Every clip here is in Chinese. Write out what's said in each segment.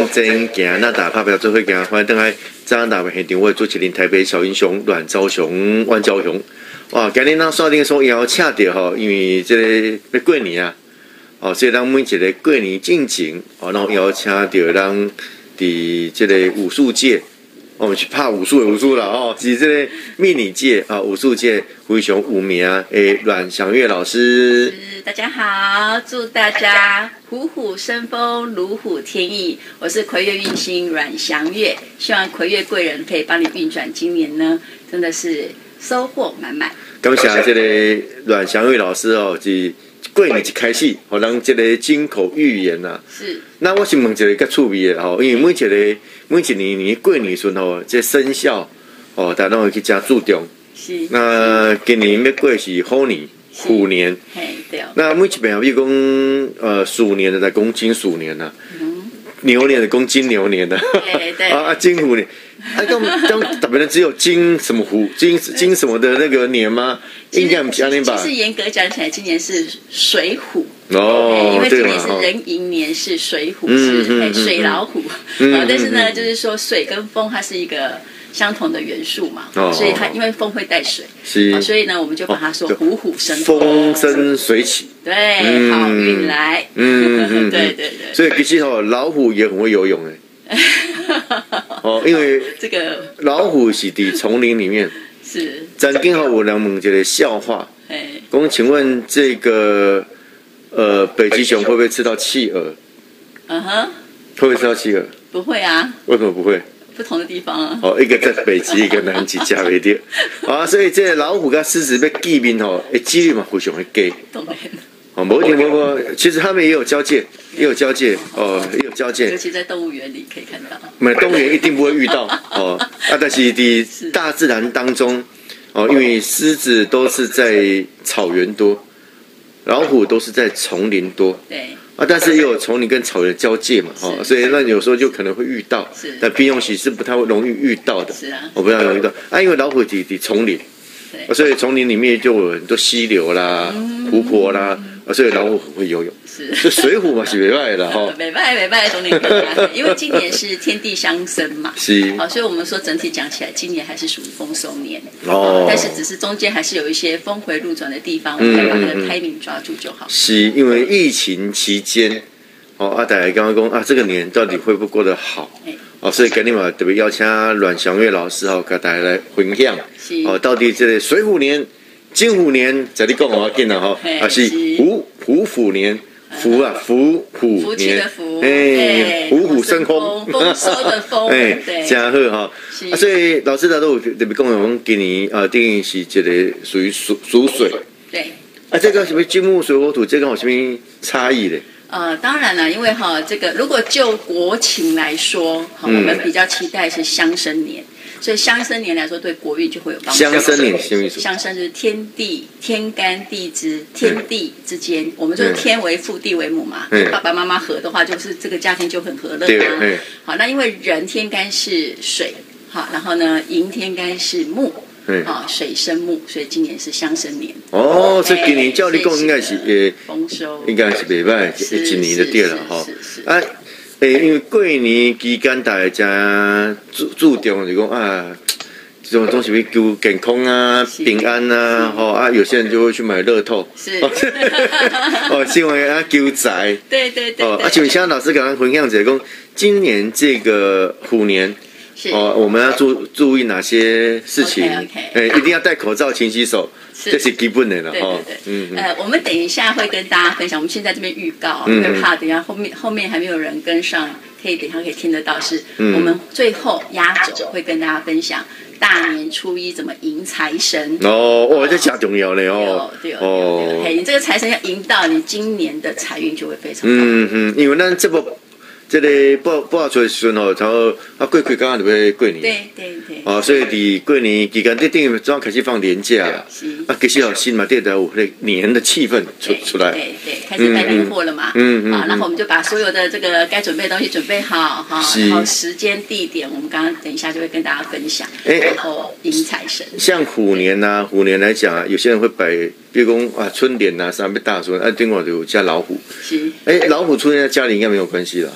真行，那打拍表做伙行，欢迎登来中央台北现场，我主持人台北小英雄阮昭雄、阮昭雄。哇，今日咱锁定说要请到吼，因为这个要过年啊，哦，所以咱每一个过年进前，哦，然后邀请到咱伫这个武术界。我们去拍武术的武术了哦，是这个秘理界啊，武术界非常有名的阮祥月老师。 大家好，祝大家虎虎生风，如虎添翼。我是魁月运星阮祥月，希望魁月贵人可以帮你运转今年呢，真的是收获满满。 感谢这个阮祥月老师哦，是过年一开始，互咱这个金口玉言呐。 是。 那我想问一个较趣味的吼，因为每一年过年时吼，这生肖哦，大家都会去加注重。 是。 那今年要过是虎年，虎年。 嘿，对。那每一边比如讲鼠年的在讲金鼠年呐，牛年的讲金牛年的。 对对。 金虎年。这特别的只有金什么虎，金什么的那个年吗？应该不是安尼吧？ 其实严格讲起来，今年是水虎哦， 因为今年是壬寅年，是水虎，是水老虎。但是呢，就是说水跟风它是一个相同的元素嘛，所以它因为风会带水，所以呢，我们就把它说虎虎生风生水起， 对，好运来，对。 所以其实老虎也很会游泳哦，因为这个老虎是在丛林里面。 是。 曾经有人问一个笑话，讲请问这个北极熊会不会吃到企鹅？会不会吃到企鹅？ 不会啊。 为什么不会？ 不同的地方啊。 哦，一个在北极，一个南极，加袂到。啊，所以这个老虎跟狮子要见面吼，几率嘛非常的低。哦，不，其实他们也有交界，也有交界。 尤其在动物园里可以看到。 没，动物园一定不会遇到哦。但是在大自然当中，哦，因为狮子都是在草原多，老虎都是在丛林多。 对。 但是也有丛林跟草原交界嘛，所以那有时候就可能会遇到。但平常时是不太容易遇到的。 是啊。 我不太容易遇到因为老虎在丛林，所以丛林里面就有很多溪流啦、湖泊啦。所以老虎很会游泳，是水虎嘛是袂歹的哈， 袂歹，总理可以因为今年是天地相生嘛， 是， 所以我们说整体讲起来，今年还是属于丰收年哦，但是只是中间还是有一些峰回路转的地方，我们要把它的 timing 抓住就好。 是因为疫情期间，大家刚刚讲这个年到底会不会过得好？所以今天嘛特别邀请阮祥月老师跟大家来分享，到底这个水虎年。金虎年，在你讲我见了哈，是虎虎年，虎福气的福， 虎虎生风， 丰收的丰， 真好哈。所以老师他都特别讲，我们今年等于是这个属于属水， 对。 这个什么金木水火土，这个有什么差异呢？ 当然了，因为这个如果就国情来说，我们比较期待是乡生年。所以乡生年来说，对国运就会有帮助。 乡生年什么意思？ 乡生就是天干地支，天地之间，我们就是天为父，地为母嘛。爸爸妈妈和的话，就是这个家庭就很和乐啊。好，那因为人天干是水，好，然后呢，寅天干是木，水生木，所以今年是乡生年。 所以今年照你讲应该是丰收， 应该是袂歹，一年的对了哈。因为过年期间大家注重就讲这种东西会求健康啊、平安啊，有些人就会去买乐透， 是， 希望求财， 对。 请问现在老师刚刚分享一下，讲今年这个虎年，我们要注意哪些事情？一定要戴口罩、勤洗手。这是基本的了哈。 对。我们等一下会跟大家分享，我们现在这边预告，因为怕等一下后面还没有人跟上，等一下可以听得到，是我们最后压轴会跟大家分享大年初一怎么迎财神。 这加重要嘞哦。 对。你这个财神要迎到，你今年的财运就会非常好。 因为咱这个报出的时候然后过刚刚就要过年。 对。 所以在过年期间，这等于刚开始放年假，其实新嘛，这才有那年的气氛出来。对， 开始办年货了嘛。然后我们就把所有的这个该准备的东西准备好然后时间地点，我们刚刚等一下就会跟大家分享。然后迎财神。像虎年来讲有些人会摆，比如讲春联三倍大春，另外就加老虎。老虎出现在家里应该没有关系了哈。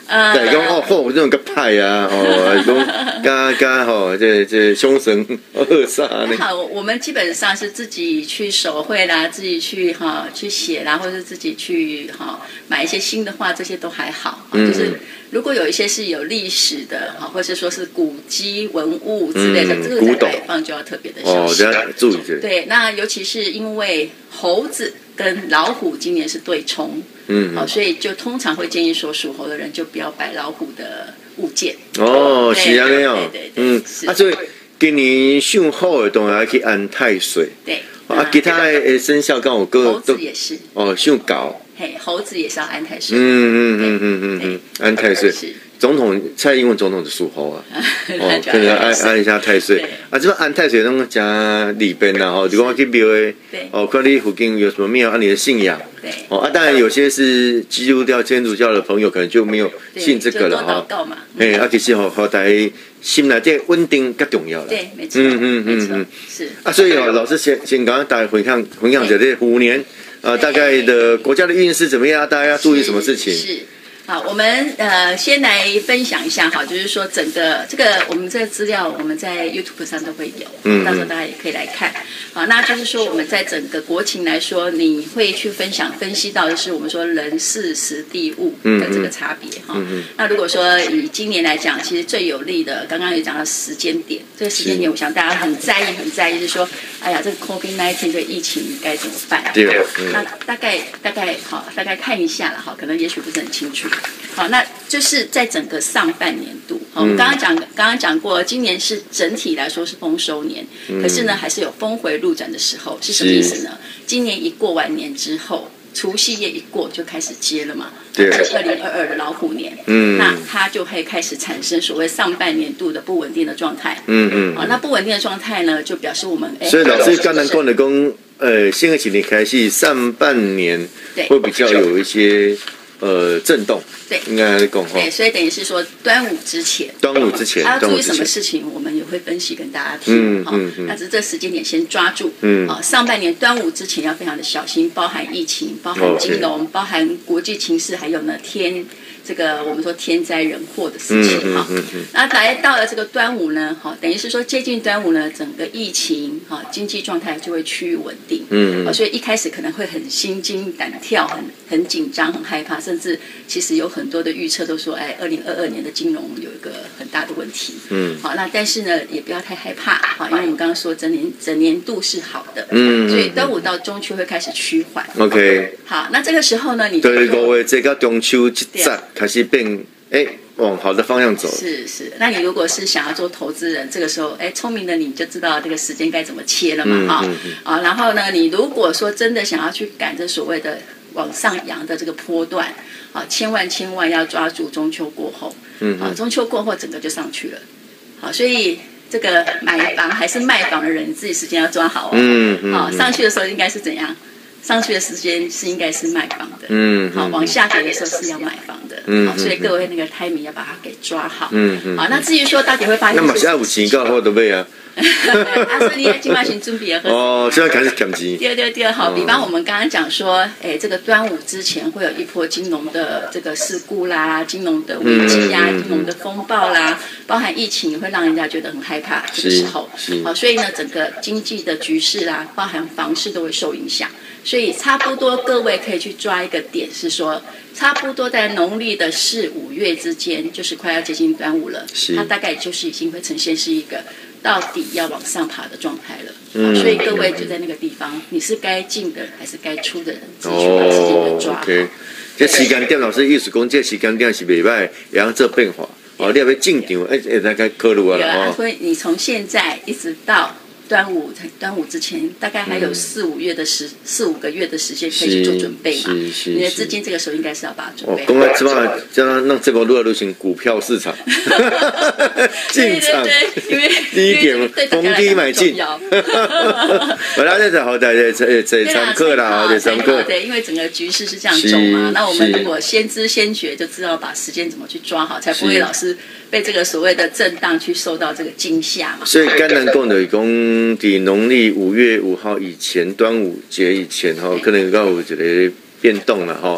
对，讲哦，吼，这种个派啊，哦，讲吼，这凶神恶煞呢。 好，我们基本上是自己去手绘啦，自己去去写啦，或者是自己去买一些新的画，这些都还好。就是如果有一些是有历史的或者说是古迹文物之类的，这个在摆放就要特别的小心。 要注意这。 对，那尤其是因为猴子跟老虎今年是对冲，所以就通常会建议说属猴的人就不要摆老虎的物件。 哦，是这样哦。 对， 所以今年属猴的当然要去安太岁。 对。 其他的生肖跟我哥猴子也是。 哦，属狗。 嘿，猴子也是要安太岁。 安太岁。总统蔡英文总统就属猴啊，可能按一下太岁啊，这个安太岁那种加里边呐，如果我去庙的，看你附近有什么庙，按你的信仰，当然有些是基督教、天主教的朋友可能就没有信这个了哈，其实好歹心内这稳定更重要了， 对，没错，是所以老师先刚刚大家分享这虎年大概的国家的运势怎么样，大家要注意什么事情？ 是。好，我们先来分享一下就是说整个这个我们这个资料我们在 YouTube 上都会有，到时候大家也可以来看。好，那就是说我们在整个国情来说，你会去分析到的是我们说人事时地物的这个差别那如果说以今年来讲，其实最有利的，刚刚也讲到时间点，这个时间点，我想大家很在意，是说，哎呀，这个 COVID-19 的疫情该怎么办？ 对， 那大概看一下了可能也许不是很清楚。好，那就是在整个上半年度，我们刚刚讲过，今年是整体来说是丰收年，可是呢还是有峰回路转的时候，是什么意思呢？今年一过完年之后，除夕夜一过就开始接了嘛，对，是2022的老虎年，那它就会开始产生所谓上半年度的不稳定的状态，那不稳定的状态呢，就表示我们所以老师刚才讲的新的几年开始上半年会比较有一些震动， 对， 应该讲对，所以等于是说端午之前要注意什么事情，我们也会分析跟大家听。那只是这时间点先抓住。上半年端午之前要非常的小心，包含疫情，包含金融，包含国际情势，还有呢这个我们说天灾人祸的事情那来到了这个端午呢，等于是说接近端午呢，整个疫情经济状态就会趋于稳定。所以一开始可能会很心惊胆跳，很紧张，很害怕，甚至其实有很多的预测都说，2022年的金融有一个很大的问题。好，那但是呢，也不要太害怕，因为我们刚刚说整年度是好的。所以端午到中秋会开始趋缓。 OK。 好，那这个时候呢，你对5月这个中秋一站开始变往好的方向走。 是，那你如果是想要做投资人，这个时候聪明的你就知道这个时间该怎么切了嘛然后呢，你如果说真的想要去赶着所谓的往上扬的这个波段千万要抓住中秋过后。中秋过后整个就上去了。好，所以这个买房还是卖房的人，自己时间要抓好上去的时候应该是怎样？上去的时间是应该是卖房的，好，往下跌的时候是要买房的，好，所以各位那个 timing 要把它给抓好，好，那至于说到底会发现， 那么现在有钱够好都买啊， 所以你今晚先准备现在开始减钱。 对，好，比方我们刚刚讲说，这个端午之前会有一波金融的这个事故啦，金融的危机金融的风暴啦，包含疫情也会让人家觉得很害怕，这个时候，好，所以呢，整个经济的局势啦，包含房市都会受影响。所以差不多各位可以去抓一个点，是说差不多在农历的4、5月之间，就是快要接近端午了，它大概就是已经会呈现是一个到底要往上爬的状态了。所以各位就在那个地方，你是该进的还是该出的人，自己去把时间给抓好。 这时间点老师意思讲，这时间点是袂歹，然后做变化，你要进场，大概考虑了。 所以你从现在一直到端午之前，大概还有4、5个月的时间可以去做准备嘛。你的资金这个时候应该是要把它准备好。 讲到这样让这个越来越行股票市场，进场， 因为第一点逢低买进。本来这好在参课啦，参课。 对，因为整个局势是这样走嘛。那我们如果先知先觉，就知道把时间怎么去抓好，才不会老是被这个所谓的震荡去受到这个惊吓嘛。 所以甘南讲的讲。在农历5月5号以前，端午节以前可能有一个变动了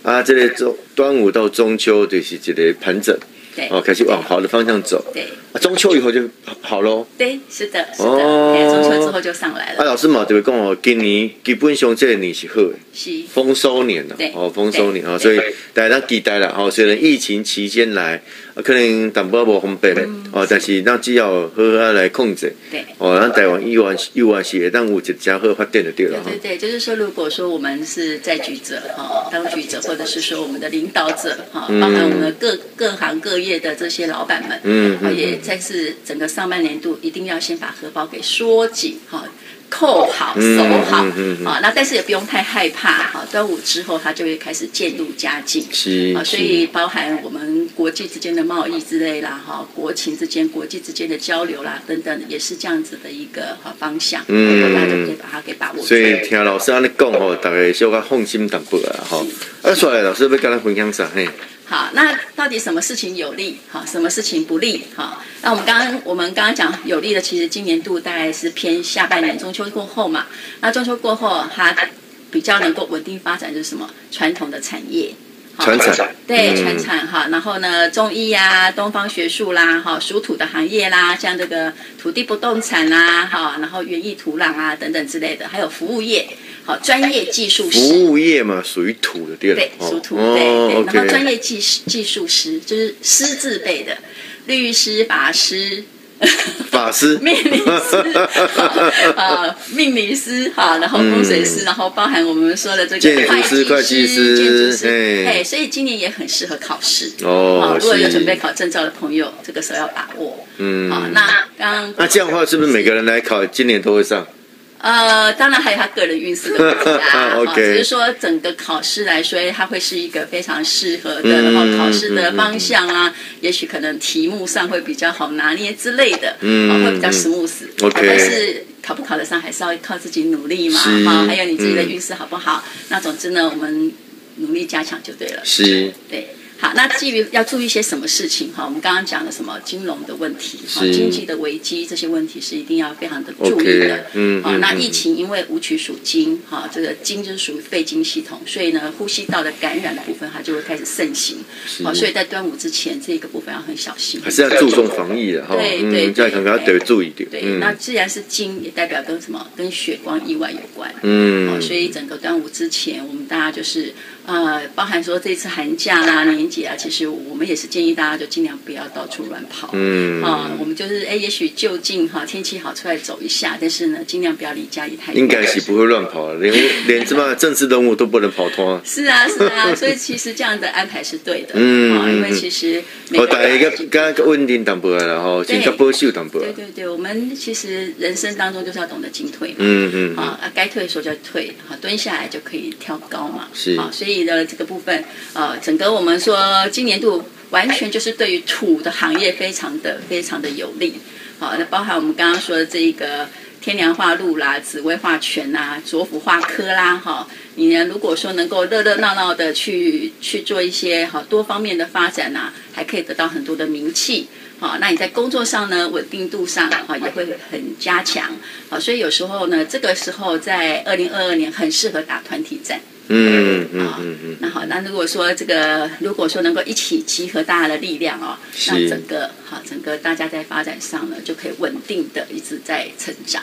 啊，这个端午到中秋就是一个盘整。哦，开始往好的方向走。对，中秋以后就好喽。 对，是的，是的。中秋之后就上来了。 老师嘛就会讲哦，今年基本上这个年是好的，是丰收年了。哦，丰收年啊，所以大家期待了。哦，虽然疫情期间来，可能淡薄无方便哦，但是咱只要好好来控制。对。哦，咱台湾以外是会当有一家好发展就对了。 对，就是说，如果说我们是在局者哈，当局者，或者是说我们的领导者哈，包含我们各行各业的这些老板们，也在是整个上半年度一定要先把荷包给缩紧哈，扣好守好啊。那但是也不用太害怕哈，端午之后它就会开始渐入佳境，所以包含我们国际之间的贸易之类啦哈，国情之间、国际之间的交流啦等等，也是这样子的一个方向，大家就可以把它给把握住。 所以听老师安尼讲吼，大家小可放心淡薄啦哈。所以老师要跟咱分享啥嘿？ 好，那到底什么事情有利？好，什么事情不利？好，那我们刚刚讲有利的，其实今年度大概是偏下半年，中秋过后嘛。那中秋过后，它比较能够稳定发展就是什么？传统的产业。 传产对传产哈，然后呢，中医啊、东方学术啦，哈，属土的行业啦，像这个土地不动产啦，哈，然后园艺土壤啊等等之类的，还有服务业，好，专业技术师。 服务业嘛，属于土的对了。 对，属土对。然后专业技术师就是师字辈的，律师、法师。 法师、 命理师，命理师哈，然后风水师，然后包含我们说的这个会计师， 所以今年也很适合考试哦。如果有准备考证照的朋友，这个时候要把握。那这样的话，是不是每个人来考，今年都会上？ 当然还有他个人运势的问题啦。只是说整个考试来说，它会是一个非常适合的，然后考试的方向啊，也许可能题目上会比较好拿捏之类的，会比较smooth。但是考不考得上，还是要靠自己努力嘛。还有你自己的运势好不好？那总之呢，我们努力加强就对了。 是， 对。好，那至于要注意些什么事情哈？我们刚刚讲了什么金融的问题，经济的危机这些问题是一定要非常的注意的。那疫情因为武曲属金，哈，这个金就是属于肺经系统，所以呢，呼吸道的感染的部分它就会开始盛行。好，所以在端午之前这个部分要很小心， 还是要注重防疫的哈。对，这样可能要得注意点。 对，那既然是金，也代表跟什么？跟血光意外有关。所以整个端午之前，我们大家就是包含说这次寒假啦、年节啊，其实我们也是建议大家就尽量不要到处乱跑。我们就是也许就近哈，天气好出来走一下，但是呢，尽量不要离家里太远。 应该是不会乱跑，连什么政治人物都不能跑脱。 是啊，所以其实这样的安排是对的。因为其实大家个稳定淡薄啦，吼，先个保守淡薄。 对，我们其实人生当中就是要懂得进退嘛。该退的时候就退，蹲下来就可以跳高嘛。是，所以的这个部分，整个我们说今年度完全就是对于土的行业非常的有利。好，那包含我们刚刚说的这个天梁化禄啦、紫微化权啦、左辅化科啦，哈，你呢如果说能够热闹闹的去做一些好多方面的发展啊，还可以得到很多的名气。好，那你在工作上呢，稳定度上也会很加强。好，所以有时候呢，这个时候在2022年很适合打团体战。那好，那如果说能够一起集合大家的力量哦，那整个大家在发展上呢，就可以稳定的一直在成长。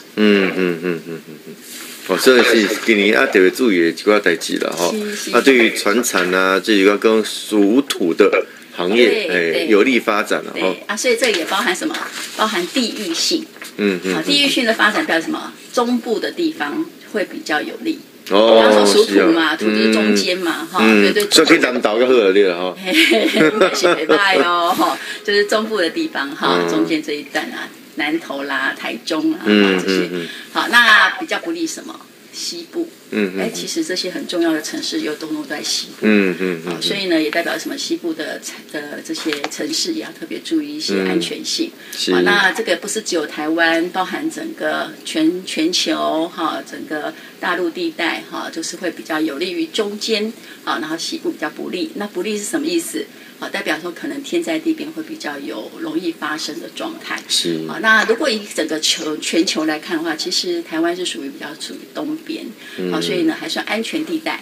所以是今年特别注意的一寡代志啦哈。对于传产啊，这一个跟属土的行业，有利发展了哈。 所以这也包含什么？包含地域性。地域性的发展代表什么？中部的地方会比较有利。刚说属土嘛，土就是中间嘛，对， 所以可以南岛就好了哈。 应该是没败哦，就是中部的地方哈，中间这一段啊，南投啦、台中啊这些。好，那比较不利什么？西部。其实这些很重要的城市又都在西部。所以呢，也代表什么？西部的这些城市也要特别注意一些安全性。那这个不是只有台湾，包含整个全球哈，整个大陆地带哈，就是会比较有利于中间啊，然后西部比较不利。那不利是什么意思？代表说可能天灾地变会比较容易发生的状态。那如果以整个全球来看的话，其实台湾是属于比较属于东边，所以呢还算安全地带。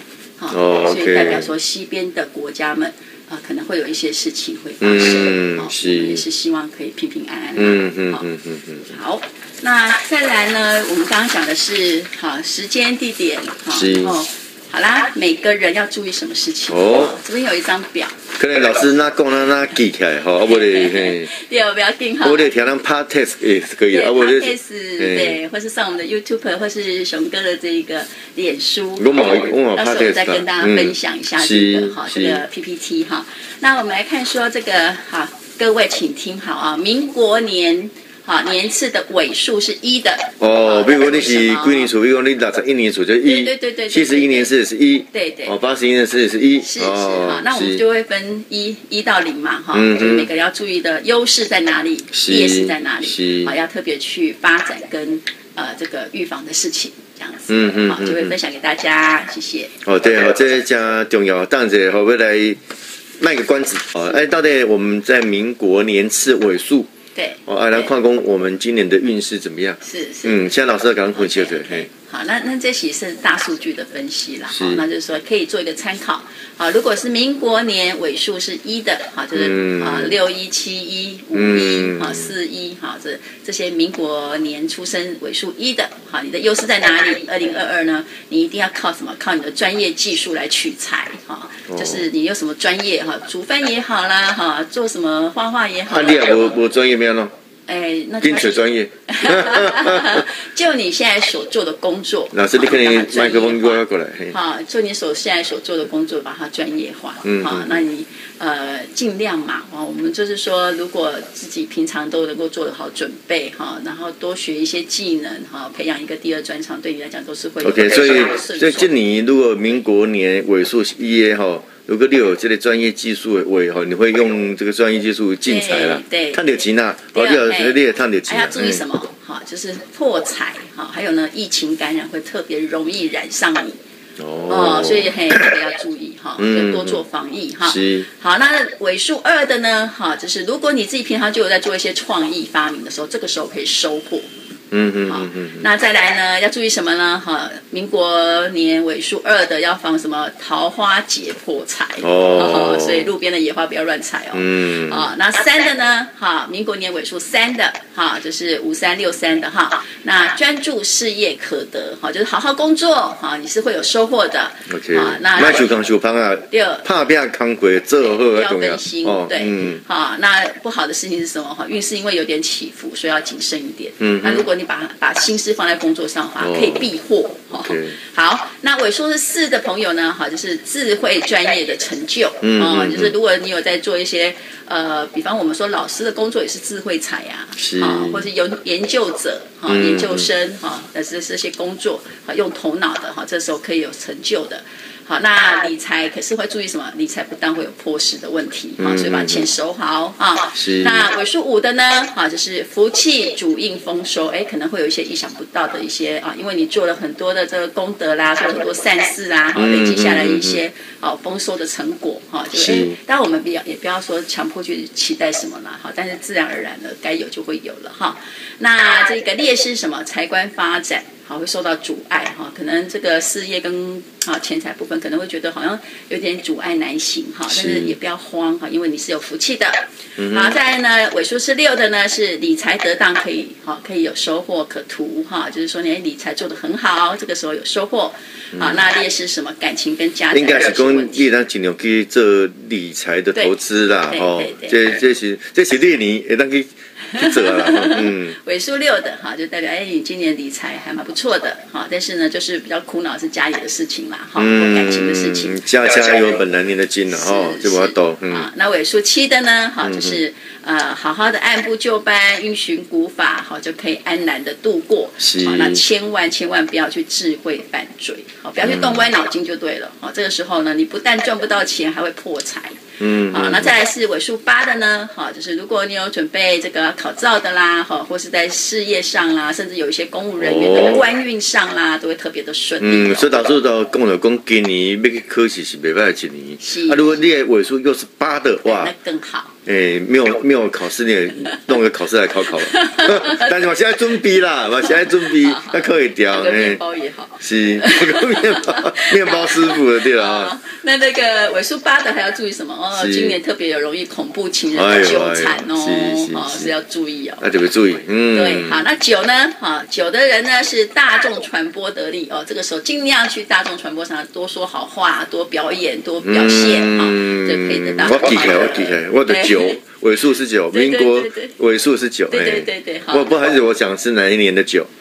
所以代表说西边的国家们可能会有一些事情会发生，也是希望可以平平安安。好，那再来呢，我们刚刚讲的是时间地点，好啦，每个人要注意什么事情？这边有一张表。 可能老师那讲那记起来哈，不得嘿。 对，不要紧哈。 我得听咱 podcast 也是可以的。 podcast 对，或是上我们的 YouTube， 或是熊哥的这个脸书。 到时候再跟大家分享一下这个这个 PPT 哈。那我们来看说这个各位请听好啊，民国年。年次的尾数是1的比如你是几年数，比如你61年数就1，对，71年次是1， 对 ，81年次是1， 是那我们就会分1到0嘛就是每个人要注意的优势在哪里，劣势在哪里，要特别去发展跟这个预防的事情，这样子，就会分享给大家，谢谢。 对，这加重要，当然后要来卖个关子到底我们在民国年次尾数。 对， 来看看我们今年的运势怎么样？ 是， 现在老师要刚分析的， 好，那这些是大数据的分析啦，那就是说可以做一个参考。如果是民国年尾数是1的，就是61、71、51、41，这些民国年出生尾数1的，你的优势在哪里？2022呢，你一定要靠什么？靠你的专业技术来取材，就是你有什么专业煮饭也好啦，做什么画画也好。 你也无专业没有咯？ 那跟学专业， 就你现在所做的工作， 老师，你可以麦克风过来。 就你现在所做的工作，把它专业化。那你尽量嘛，我们就是说，如果自己平常都能够做得好准备然后多学一些技能培养一个第二专长，对你来讲都是会有 OK。所以今年如果民国年尾数是1的如果你有这个专业技术的话你会用这个专业技术进财啦，赚到钱啦，你也赚到钱。 还要注意什么？就是破财还有呢，疫情感染会特别容易染上你。所以特别要注意就多做防疫好，那尾数2的呢就是如果你自己平常就有在做一些创意发明的时候，这个时候可以收获。那再来呢，要注意什么呢？民国年尾数2的要防什么？桃花劫破财所以路边的野花不要乱采那3的呢？民国年尾数3的就是53、63的那专注事业可得就是好好工作你是会有收获的。 OK。那卖手工手棒啊，怕变康回做好要更新对。那不好的事情是什么？运势因为有点起伏，所以要谨慎一点。那如果你把心思放在工作上的话，可以避祸。好，那尾数是4的朋友呢，就是智慧专业的成就。就是如果你有在做一些比方我们说老师的工作也是智慧财或是有研究者研究生这些工作用头脑的这时候可以有成就的。好，那理财可是会注意什么？理财不但会有破事的问题所以把钱守好那尾数5的呢就是福气主应丰收，可能会有一些意想不到的一些因为你做了很多的这个功德啦，做了很多善事啦累积下来一些丰收的成果就是当然我们也不要说强迫去期待什么啦但是自然而然的该有就会有了那这个劣势是什么？财官发展会受到阻碍可能这个事业跟钱财部分可能会觉得好像有点阻碍难行但是也不要慌因为你是有福气的。好，再来呢，尾数是6的呢是理财得当，可以有收获可图就是说你理财做得很好，这个时候有收获。那劣势什么？感情跟家庭应该是讲你当尽量去做理财的投资啦这是列年会当去做啦尾数6的就代表你今年理财还蛮不错的但是呢就是比较苦恼是家里的事情啦或感情的事情。 家有本难念的经了这我要懂。 那尾数7的呢就是好好的按部就班运循古法就可以安然的度过。那千万不要去智慧犯罪不要去动歪脑筋就对了这个时候呢你不但赚不到钱还会破财。那再来是尾数8的呢就是如果你有准备这个考照的啦或是在事业上啦，甚至有一些公务人员的官运上啦都会特别的顺利。 所以老师都讲今年要去考试是袂歹的一年如果你的尾数又是8的话， 那更好没有考试，你也弄个考试来考。但是我现在准备啦，我现在准备要考一条。 面包也好， 是面包师傅的对了。 那个尾数8的还要注意什么？今年特别有容易恐怖情人纠缠是要注意哦。 那特别注意， 对，好，那9呢？9的人呢是大众传播得力哦，这个时候尽量去大众传播上多说好话，多表演，多表现就可以得到。 我记起来，我的9尾数是9，民国尾数是9。 对， 不好意思，我讲是哪一年的9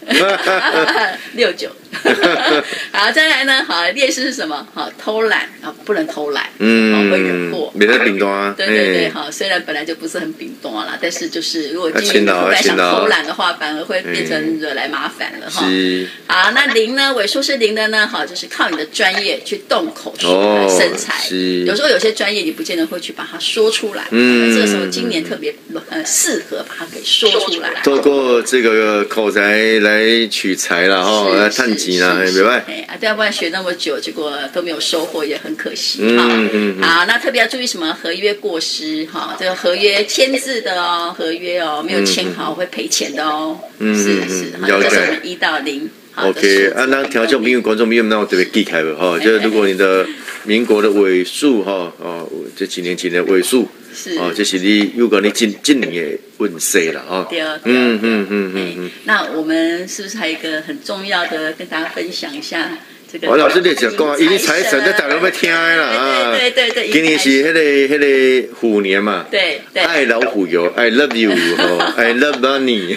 ？69。好，再来呢？好，劣势是什么？好，偷懒不能偷懒，会惹祸， 别得饼端啊。 对，好，虽然本来就不是很饼端啦，但是就是如果今年突然想偷懒的话，反而会变成惹来麻烦了哈。好，那0呢？尾数是0的呢？好，就是靠你的专业去动口来生财。有时候有些专业你不见得会去把它说出来，这个时候今年特别适合把它给说出来， 透过这个口才来取财了哈，来探钱啦，明白？ 要不然学那么久，结果都没有收获，也很可惜哈。好，那特别要注意什么？合约过失哈，这个合约签字的哦，合约没有签好会赔钱的哦。是，这是我们1到0。 OK， 那听众朋友、观众朋友，那我特别记开了哈，就是如果你的民国的尾数哈，这几年前的尾数。这是你如果你今年的运势了啊。 对。那我们是不是还有一个很重要的，跟大家分享一下这个？ 老师你讲过，因为财神在大家要听的啦啊。 对。 今年是那个虎年嘛。对。爱老虎油 ，I love you，I love money。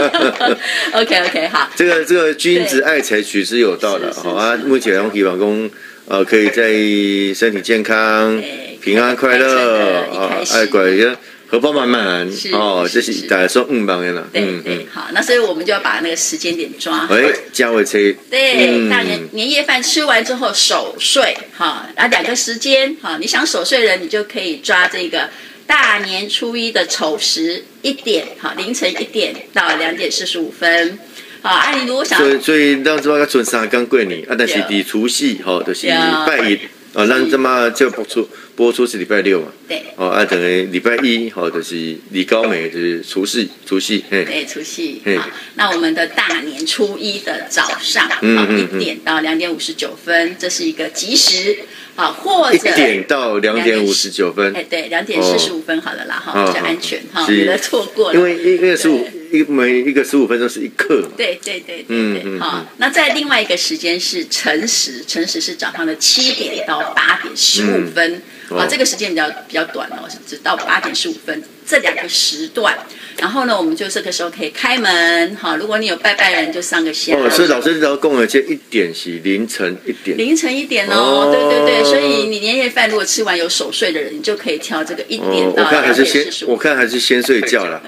OK， 好。 这个君子爱财，取之有道的啊。目前希望讲可以在身体健康。平安快乐爱乖荷包满满这是大家说棒的啦。 对，好，那所以我们就要把那个时间点抓好。 加尾车。 对，大年夜饭吃完之后守岁然后2个时间你想守岁人，你就可以抓这个大年初1的丑时1点凌晨1点到2点45分。你如果想， 所以让这个存3天过年但是伫除夕就是拜1。咱这么就播出是礼拜6嘛？ 对。 等于礼拜1就是李高梅就是除夕。 对，除夕。那我们的大年初1的早上1点到2点59分，这是一个吉时或者 1点到2点59分。 对，2点45分好了啦比较安全免得错过了。 因为每一个15分钟是1刻。 对。那在另外一个时间是辰时，辰时是早上的7点到8点15分。这个时间比较短是只到8点15分这2个时段。然后呢，我们就这个时候可以开门如果你有拜人，就上个香。 所以老师要讲的这1点是凌晨1点。 凌晨1点对。所以你年夜饭如果吃完有守岁的人，你就可以挑这个1点到2点45分。 我看还是先睡觉啦。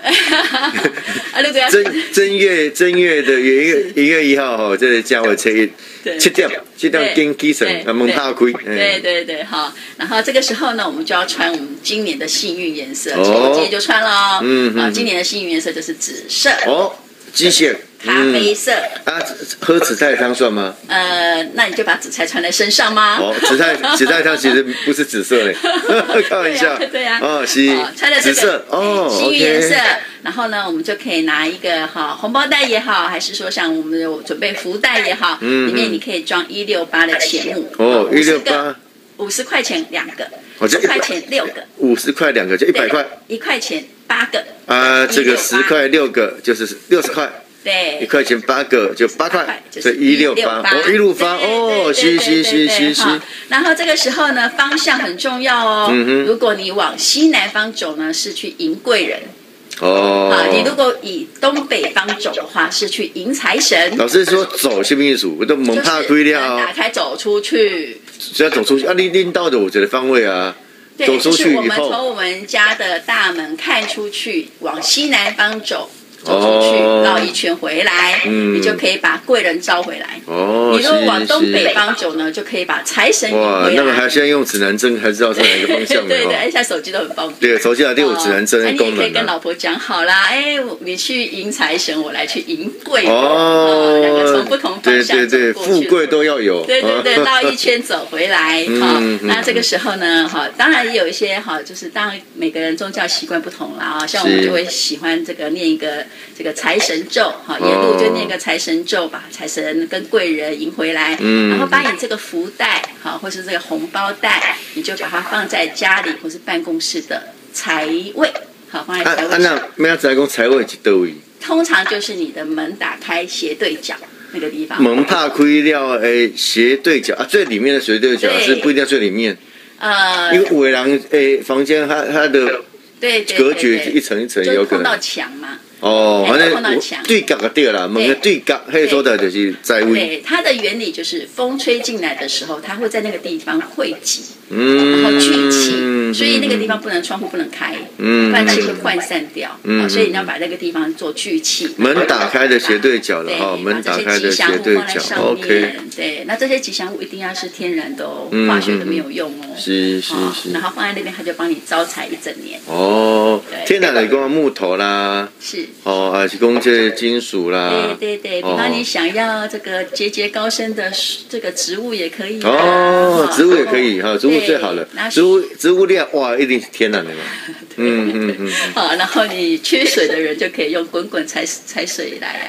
正月的1月1号这个加尾车7点跟起身门打开。 对好。然后这个时候呢，我们就要穿我们今年的幸运颜色。我今天就穿了今年的幸运颜色就是紫色。 机械咖啡色喝紫菜汤算吗？ 那你就把紫菜穿在身上吗？ 紫菜汤其实不是紫色嘞，开玩笑。 对啊。 穿的紫色幸运颜色。然后呢，我们就可以拿一个红包袋也好，还是说像我们有准备福袋也好，里面你可以装168的钱母。168。50块钱2个，10块钱6个 ，50块2个就100块 ，1块钱8个。 这个10块6个就是60块。 对 ，1块钱8个就8块，所以168是。 然后这个时候呢，方向很重要如果你往西南方走呢，是去迎贵人。你如果以东北方走的话，是去迎财神。 老师说走什么意思？我都门怕开了， 打开走出去。 只要走出去你拎到的我觉得方位走出去以后， 我们从我们家的大门看出去，往西南方走。 走出去，绕一圈回来，你就可以把贵人招回来。你如果往东北方走呢，就可以把财神引回来。 哇，那个还现在用指南针，还知道是哪一个方向的。 对对，现在手机都很方便。 对，手机还有指南针的功能。 你也可以跟老婆讲好啦，你去迎财神，我来去迎贵人。两个从不同方向走过去， 富贵都要有。 对对对，绕一圈走回来。那这个时候呢，当然也有一些就是当然每个人宗教习惯不同啦像我们就会喜欢这个念一个这个财神咒，沿路就念个财神咒，把财神跟贵人迎回来，然后把你这个福袋或是这个红包袋，你就把它放在家里或是办公室的财位，放在财位上。 那没有在讲财位是哪位？ 通常就是你的门打开斜对角那个地方。 门怕亏了，斜对角最里面的斜对角是不一定要最里面。因为有的人房间它的隔绝一层一层有可能碰到墙嘛。 反正对角就对了，门的对角，那说的就是财位。 对，它的原理就是风吹进来的时候，它会在那个地方汇集，然后聚气，所以那个地方窗户不能开，不然气会涣散掉。所以你要把那个地方做聚气。 门打开的斜对角的哈，门打开的斜对角 ，OK。 对，那这些吉祥物一定要是天然的哦，化学的没有用哦。 是。 然后放在那边，它就帮你招财一整年。 天然的讲木头啦。 是。 还是讲这金属啦。 对，比方你想要这个节节高升的这个植物也可以。 植物也可以植物最好了。植物料哇，一定是天然的嘛。 然后你缺水的人就可以用滚滚财水来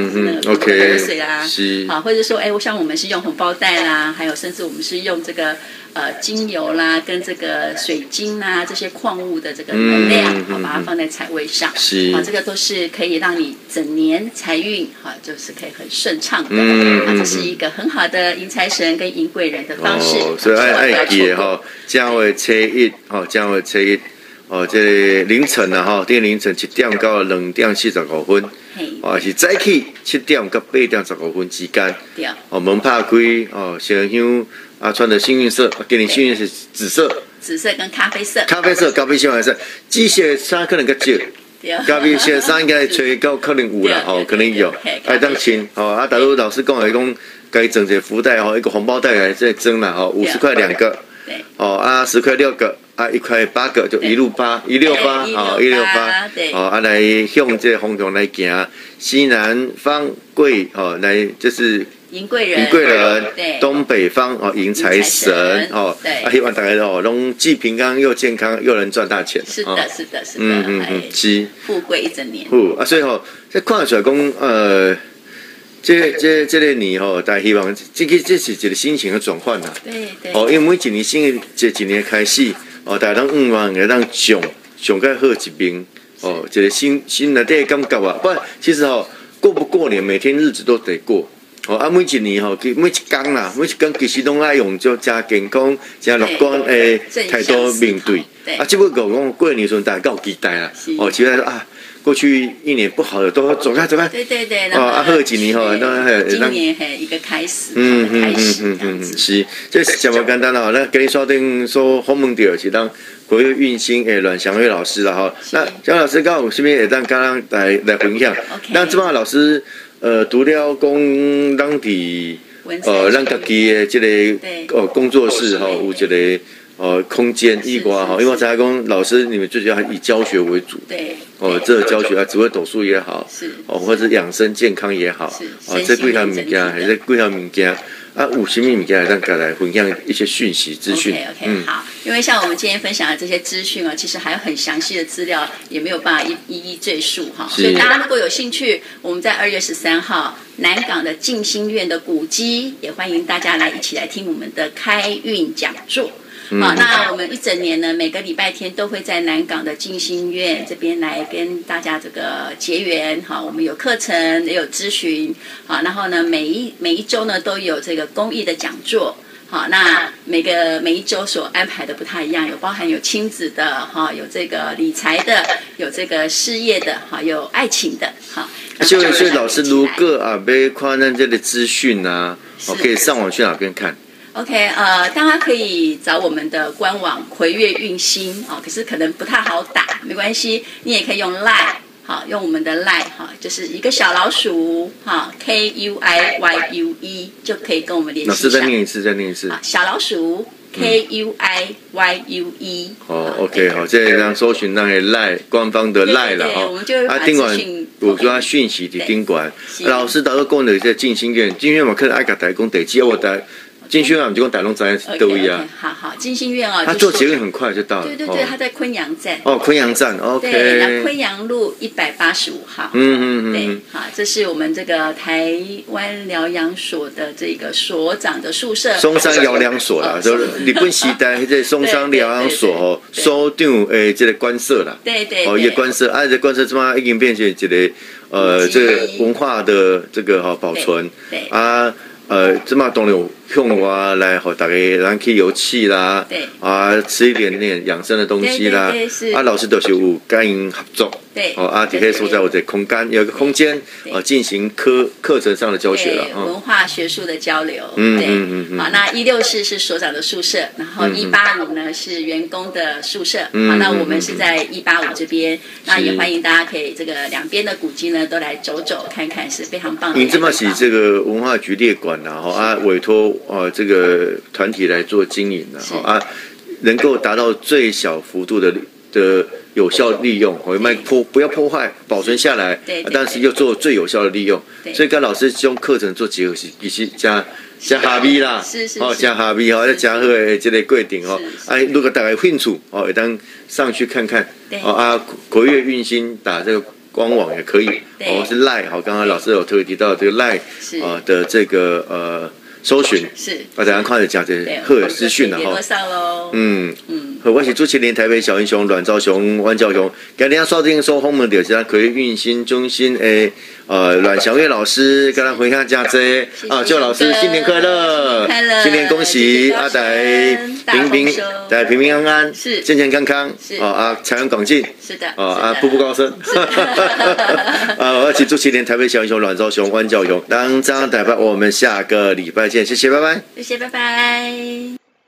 ，OK。 水啦，或者说像我们是用红包袋啦，还有甚至我们是用这个精油啦，跟这个水晶啦这些矿物的这个能量，把它放在财位上。这个都是可以让你整年财运就是可以很顺畅的。这是一个很好的迎财神跟迎贵人的方式。 所以爱记的正月初一正月初一这凌晨今天凌晨7点到2点45分，是早起7点到8点15分之间。门拍开烧香穿的幸运色，今年幸运是紫色跟咖啡色。 咖啡色还是紫色衫可能较少。咖啡色衫应该吹到可能有啦，可能有。爱当穿大陆老师讲该整这福袋一个红包袋来再蒸啦50块2个。10块6个，1块8个，就168，168，来向这方向来行，西南方贵来就是迎贵人， 东北方迎财神希望大家拢既平安又健康又能赚大钱。 是的，是富贵一整年。 所以这看出来讲这个年大家希望这是一个心情的转换啦。 对。 因为每一年新的一年开始大家拢望会当上较好一面一个心内底的感觉不然其实过不过年，每天日子都得过。每一年每一天啦，每一天其实拢爱用就加健康、加乐观的态度面对。只不过讲过年的时候大家够期待啦。期待说过去一年不好的都走开。 对。 好几年今年一个开始。 是，这是真无简单啦。那今日锁定所访问到是咱国乐运星的阮祥月老师啦那祥月老师刚有啥物会当跟咱来分享？那这帮老师除了讲咱伫咱家己的这个工作室有一个空间以外因为我知道讲老师你们最主要以教学为主。 对。 这个教学紫微斗数也好，或者是养生健康也好，这几项物件还是几项物件有什么物件让大家来分享一些讯息资讯。 OK， 好，因为像我们今天分享的这些资讯其实还有很详细的资料，也没有办法一一赘述所以大家如果有兴趣，我们在2月13号南港的静心院的古迹，也欢迎大家一起来听我们的开运讲座。那我们一整年呢，每个礼拜天都会在南港的静心院这边来跟大家这个结缘。我们有课程，也有咨询。然后呢，每一周呢都有这个公益的讲座。那每一周所安排的不太一样，有包含有亲子的，有这个理财的，有这个事业的，有爱情的。 所以老师如果要看咱这个资讯可以上网去哪边看 ？OK， 大家可以找我们的官网魁月运星可是可能不太好打，没关系，你也可以用 Line 好，用我们的 LINE 哈，就是一个小老鼠哈 KUIYUE 就可以跟我们联系上。 老师再念一次，再念一次。 小老鼠 KUIYUE。 哦 ，OK， 好，这样搜寻那个 LINE 官方的 LINE 了哈。 我们就把资讯。 有抓讯息伫顶管，老师到时讲的这静心院，静心院嘛可能爱甲大家讲地址，我大静心院我们就讲大龙在都位啊。 好，静心院哦， 他坐捷运很快就到了。 对，他在昆阳站。 哦，昆阳站 ，OK。 对，那昆阳路185号。对，好，这是我们这个台湾疗养所的这个所长的宿舍。 松山疗养所啦，就日本时代这松山疗养所哦，所长这个官舍啦。 对， 哦，一个官舍，这官舍怎么已经变成一个这个文化的这个保存。 对啊。这么当然有向我来和大家咱去游憩啦， 对啊，吃一点点养生的东西啦，啊，老师都是有跟因合作， 对， 啊，也可以说在我这空间有一个空间进行课程上的教学了， 文化学术的交流，好，那164是所长的宿舍，然后185呢是员工的宿舍，好，那我们是在185这边，那也欢迎大家可以这个两边的古迹呢都来走走看看，是非常棒的。 你这么是这个文化局列管啦，啊，委托这个团体来做经营的，啊，能够达到最小幅度的有效利用，不要破坏，保存下来，但是又做最有效的利用。所以跟老师用课程做结合，一起加哈密啦，加哈密再加好的这个过程哦。哎，如果大家有兴趣哦，也当上去看看。啊，国乐运心打这个官网也可以，是 LINE， 刚刚老师有特别提到这个 LINE 的这个搜寻是， 大家看着讲这贺资讯了哈。我是主持人台北小英雄阮昭雄、阮昭雄，今天刷定收访问到是可以运心中心的阮祥月老师，跟他分享家这祝老师新年快乐，新年恭喜阿台平平安安， 是健健康康，是财源广进， 是的， 步步高升。我是主持人台北小英雄阮昭雄、阮昭雄，当张台北，我们下个礼拜见，谢谢，拜拜， 谢谢，拜拜。